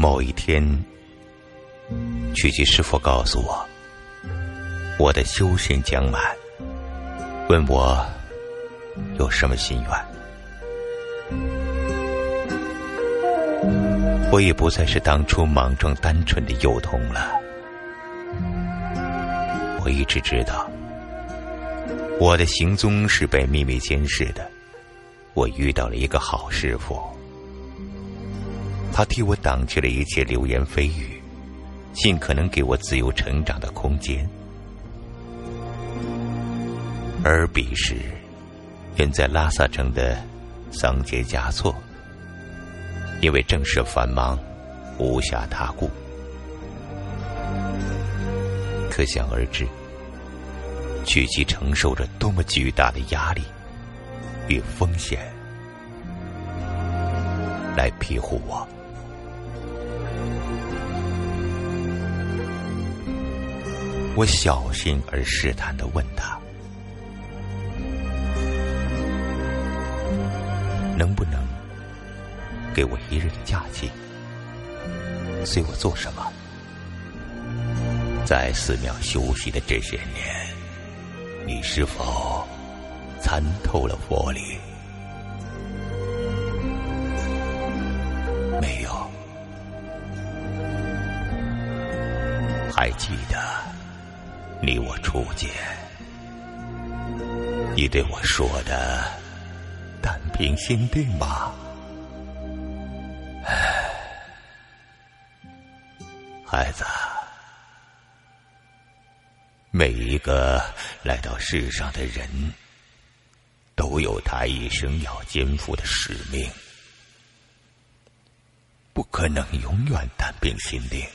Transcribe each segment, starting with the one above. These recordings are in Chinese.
某一天，曲奇师傅告诉我，我的修行将满，问我有什么心愿。我也不再是当初莽撞单纯的幼童了。我一直知道，我的行踪是被秘密监视的。我遇到了一个好师傅，他替我挡去了一切流言蜚语，尽可能给我自由成长的空间。而彼时，远在拉萨城的桑杰嘉措，因为政事繁忙，无暇他顾。可想而知，曲奇承受着多么巨大的压力与风险来庇护我。我小心而试探地问他，能不能给我一日的假期，随我做什么？在寺庙休息的这些年，你是否参透了佛理？没有。还记得你我初见，你对我说的但凭心定吗？孩子，每一个来到世上的人都有他一生要肩负的使命，不可能永远胆兵心定。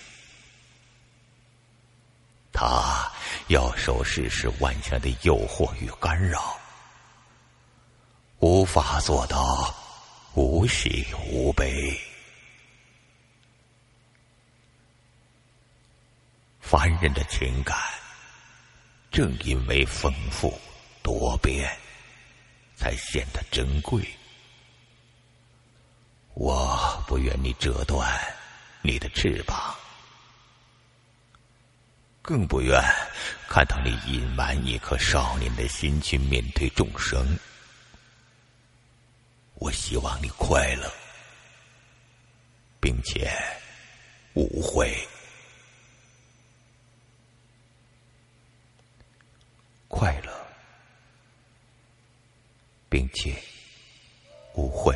他要受世事万象的诱惑与干扰，无法做到无喜无悲。凡人的情感正因为丰富多变，才显得珍贵。我不愿你折断你的翅膀，更不愿看到你隐瞒一颗少年的心去面对众生。我希望你快乐，并且无悔。快乐，并且无悔。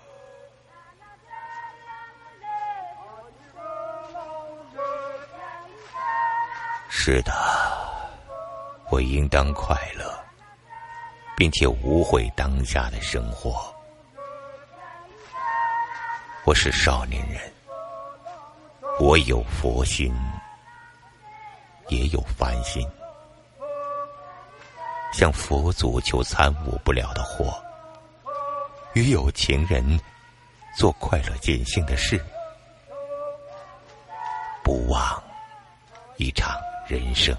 是的，我应当快乐，并且无悔当下的生活。我是少年人，我有佛心，也有凡心。向佛祖求参悟不了的惑，与有情人做快乐尽兴的事，不枉一场人生。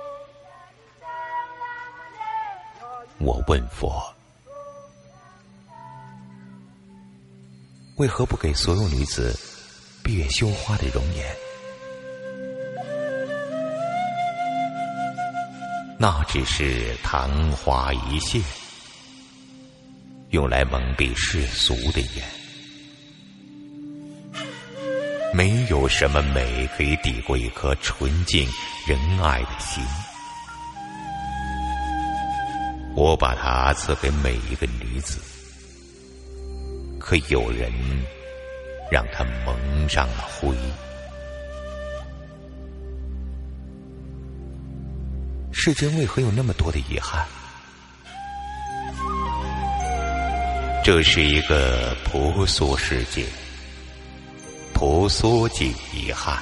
我问佛，为何不给所有女子闭月羞花的容颜？那只是昙花一现，用来蒙蔽世俗的眼。没有什么美可以抵过一颗纯净仁爱的心。我把它赐给每一个女子，可有人让它蒙上了灰。世间为何有那么多的遗憾？这是一个朴素世界，朴素即遗憾。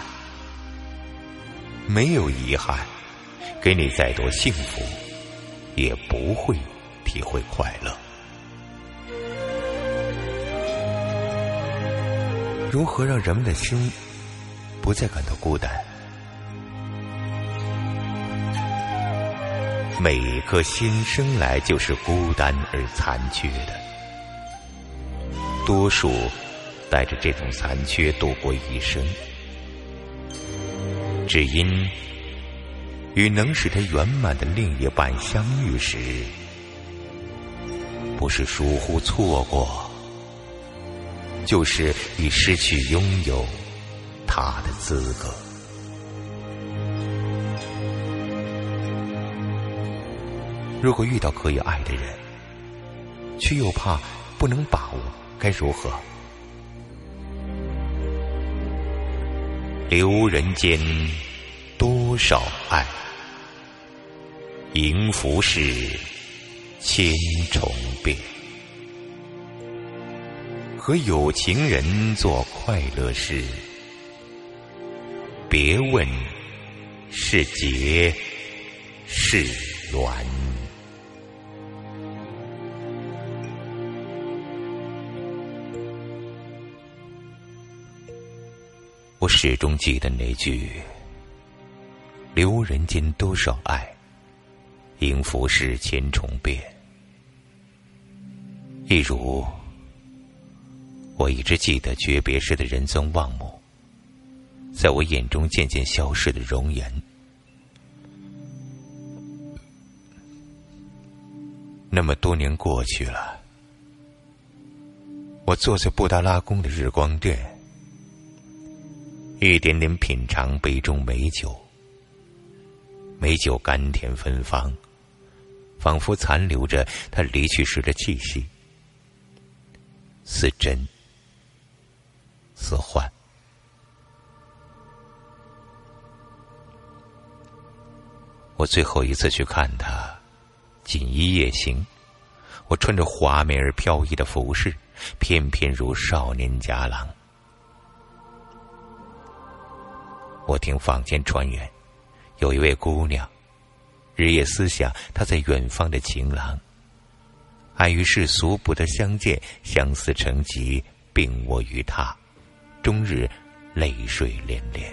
没有遗憾，给你再多幸福，也不会体会快乐。如何让人们的心不再感到孤单？每一颗心生来就是孤单而残缺的，多数带着这种残缺度过一生，只因与能使他圆满的另一半相遇时，不是疏忽错过，就是已失去拥有他的资格。如果遇到可以爱的人，却又怕不能把握，该如何？留人间多少爱，迎浮世千重变。和有情人做快乐事，别问是劫是缘。我始终记得那句留人间多少爱，迎浮世千重变。一如我一直记得诀别时的仁宗望母，在我眼中渐渐消逝的容颜。那么多年过去了，我坐在布达拉宫的日光殿，一点点品尝杯中美酒，美酒甘甜芬芳，仿佛残留着他离去时的气息，似真似幻。我最后一次去看他，锦衣夜行，我穿着华美而飘逸的服饰，翩翩如少年佳郎。我听坊间传言，有一位姑娘，日夜思想她在远方的情郎，碍于世俗不得相见，相思成疾，病卧于榻，终日泪水连连。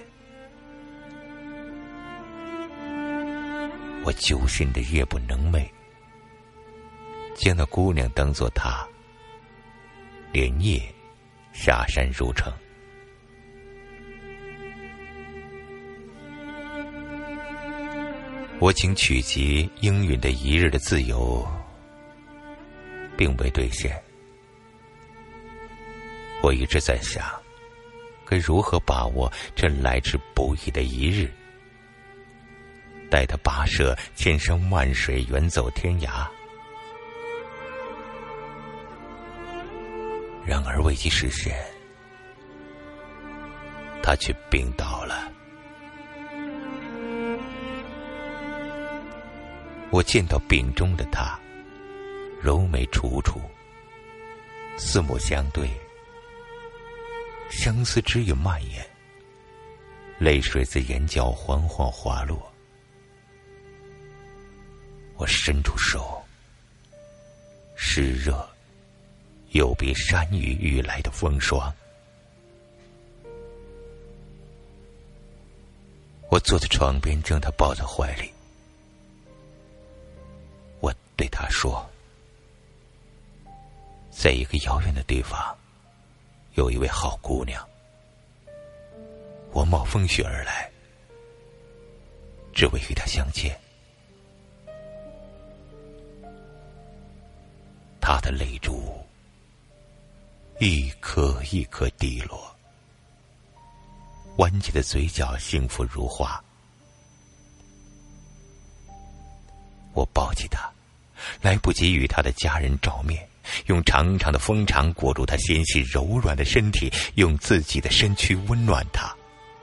我揪心的夜不能寐，将那姑娘当作她，连夜下山入城。我请曲集应允的一日的自由，并未兑现。我一直在想，该如何把握这来之不易的一日，待他跋涉千山万水，远走天涯。然而危机实现，他却病倒了。我见到病中的他，柔眉楚楚，四目相对，相思之意蔓延，泪水自眼角缓缓滑落。我伸出手，湿热有别山雨欲来的风霜。我坐在床边，将他抱在怀里。我对他说，在一个遥远的地方，有一位好姑娘，我冒风雪而来，只为与她相见。她的泪珠一颗一颗滴落，弯起的嘴角幸福如花。我抱起她，来不及与她的家人照面，用长长的风长裹住她纤细柔软的身体，用自己的身躯温暖她。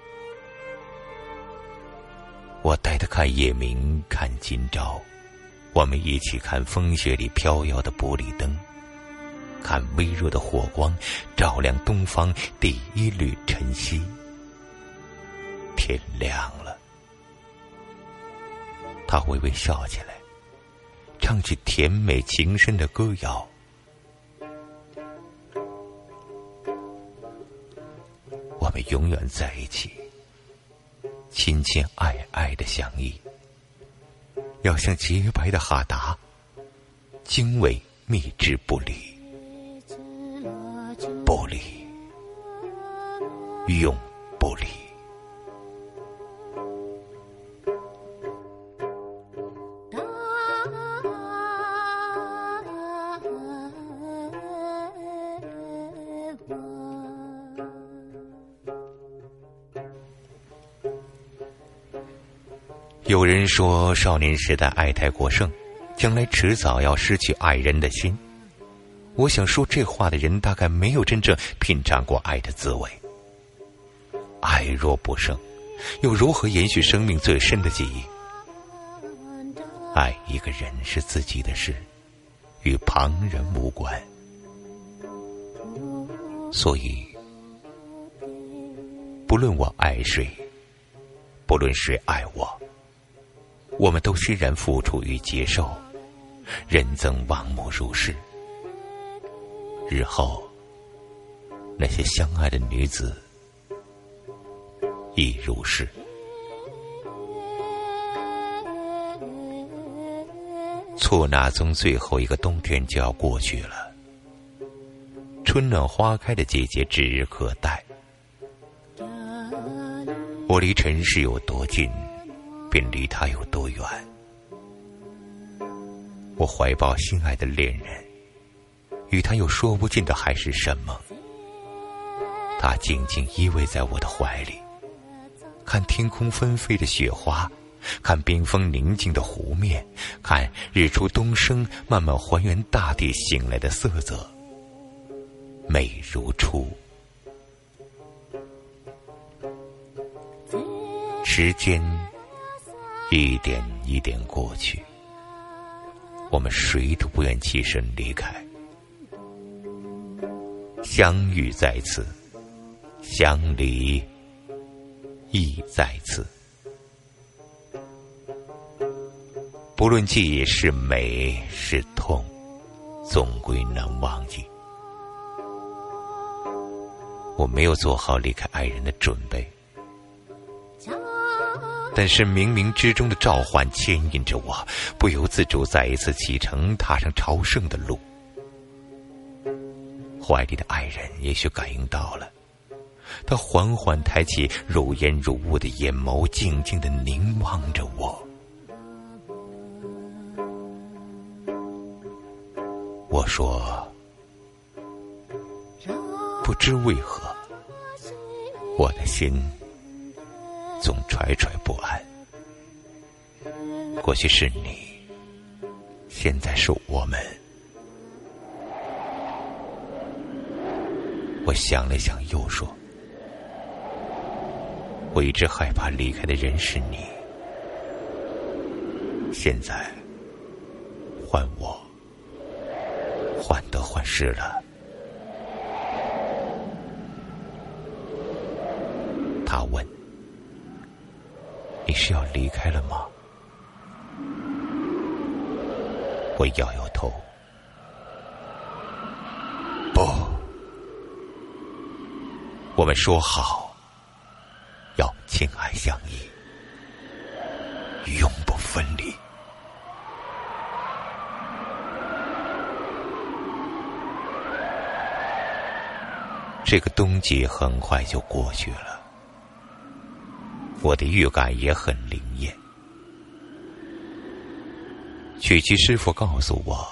我带她看夜明，看今朝，我们一起看风雪里飘摇的玻璃灯，看微弱的火光照亮东方第一缕晨曦。天亮了，她微微笑起来，唱起甜美情深的歌谣。我们永远在一起，亲亲爱爱的相依，要像洁白的哈达，经纬蜜汁不离，不离。 永不离。有人说，少年时代爱太过盛，将来迟早要失去爱人的心。我想说这话的人大概没有真正品尝过爱的滋味。爱若不盛，又如何延续生命最深的记忆？爱一个人是自己的事，与旁人无关。所以，不论我爱谁，不论谁爱我，我们都欣然付出与接受，人赠望母如是。日后，那些相爱的女子亦如是。错那宗最后一个冬天就要过去了，春暖花开的季节指日可待。我离尘世有多近，便离他有多远。我怀抱心爱的恋人，与他有说不尽的海誓山盟。他静静依偎在我的怀里，看天空纷飞的雪花，看冰封宁静的湖面，看日出东升，慢慢还原大地醒来的色泽，美如初。时间一点一点过去，我们谁都不愿起身离开。相遇在此，相离亦在此。不论记忆是美是痛，总归难忘记。我没有做好离开爱人的准备，但是冥冥之中的召唤牵引着我，不由自主再一次启程，踏上朝圣的路。怀里的爱人也许感应到了，他缓缓抬起如烟如雾的眼眸，静静地凝望着我。我说，不知为何，我的心总惴惴不安。过去是你，现在是我们。我想了想，又说，我一直害怕离开的人是你，现在换我，患得患失了。他问，你是要离开了吗？我摇摇头，不，我们说好要情爱相依，永不分离。这个冬季很快就过去了，我的预感也很灵验。曲奇师傅告诉我，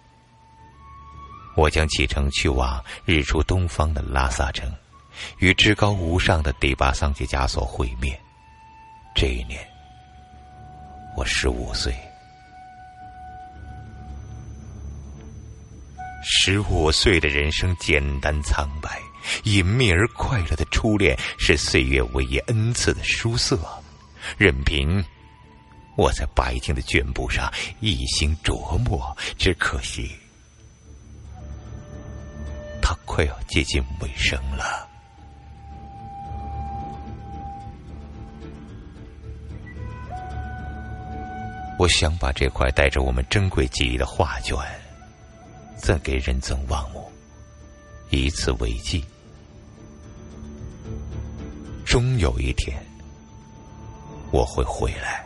我将启程去往日出东方的拉萨城，与至高无上的第八桑杰枷所会面。这一年，我15岁。15岁的人生简单苍白，隐秘而快乐的初恋是岁月唯一恩赐的书色，任凭我在白净的卷布上一心琢磨，只可惜它快要接近尾声了。我想把这块带着我们珍贵记忆的画卷赠给人赠望母，以此为记。终有一天我会回来，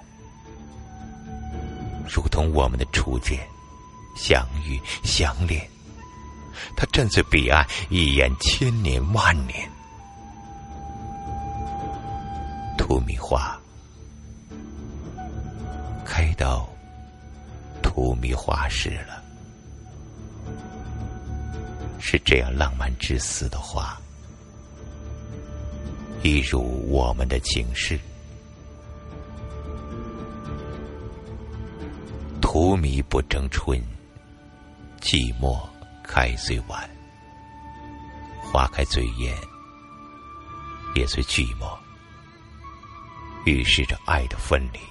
如同我们的初见，相遇相恋。他站在彼岸，一眼千年万年， 荼蘼花，开到荼蘼花时了。是这样浪漫至死的花，一如我们的情事。荼蘼不争春，寂寞开最晚。花开最艳，也最寂寞，预示着爱的分离。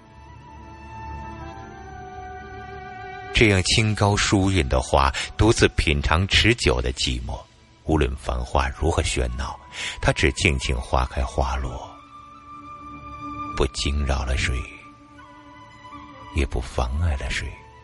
这样清高疏韵的花，独自品尝持久的寂寞。无论繁华如何喧闹，它只静静花开花落，不惊扰了谁，也不妨碍了谁。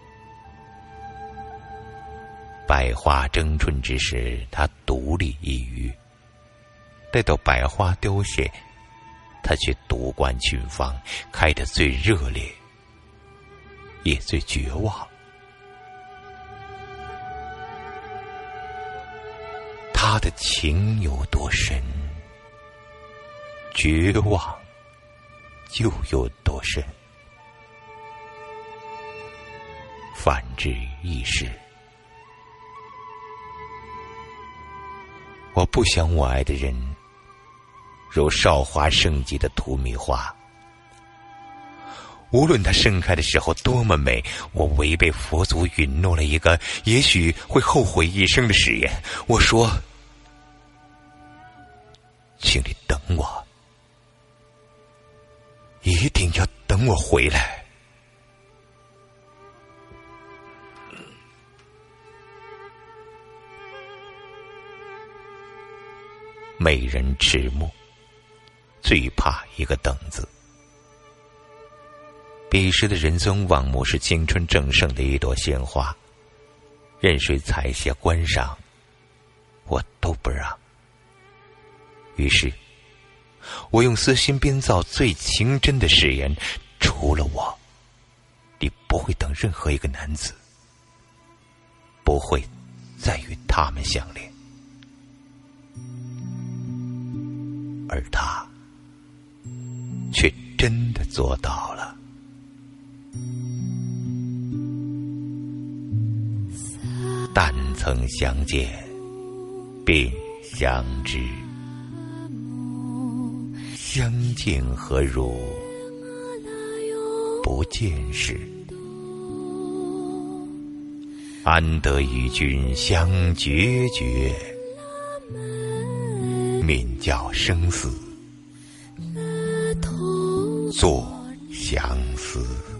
百花争春之时，它独立一隅；待到百花凋谢，它却独冠群芳，开得最热烈，也最绝望。他的情有多深，绝望就有多深。反之亦是。我不想我爱的人如韶华盛极的荼蘼花，无论它盛开的时候多么美，我违背佛祖允诺了一个也许会后悔一生的誓言。我说，请你等我，一定要等我回来。美人迟暮，最怕一个等字。彼时的仁宗望慕是青春正盛的一朵鲜花，任谁采下观赏，我都不让。于是我用私心编造最情真的誓言，除了我，你不会等任何一个男子，不会再与他们相恋。而他却真的做到了。但曾相见便相知，相见何如不见时。安得与君相决绝，免教生死作相思。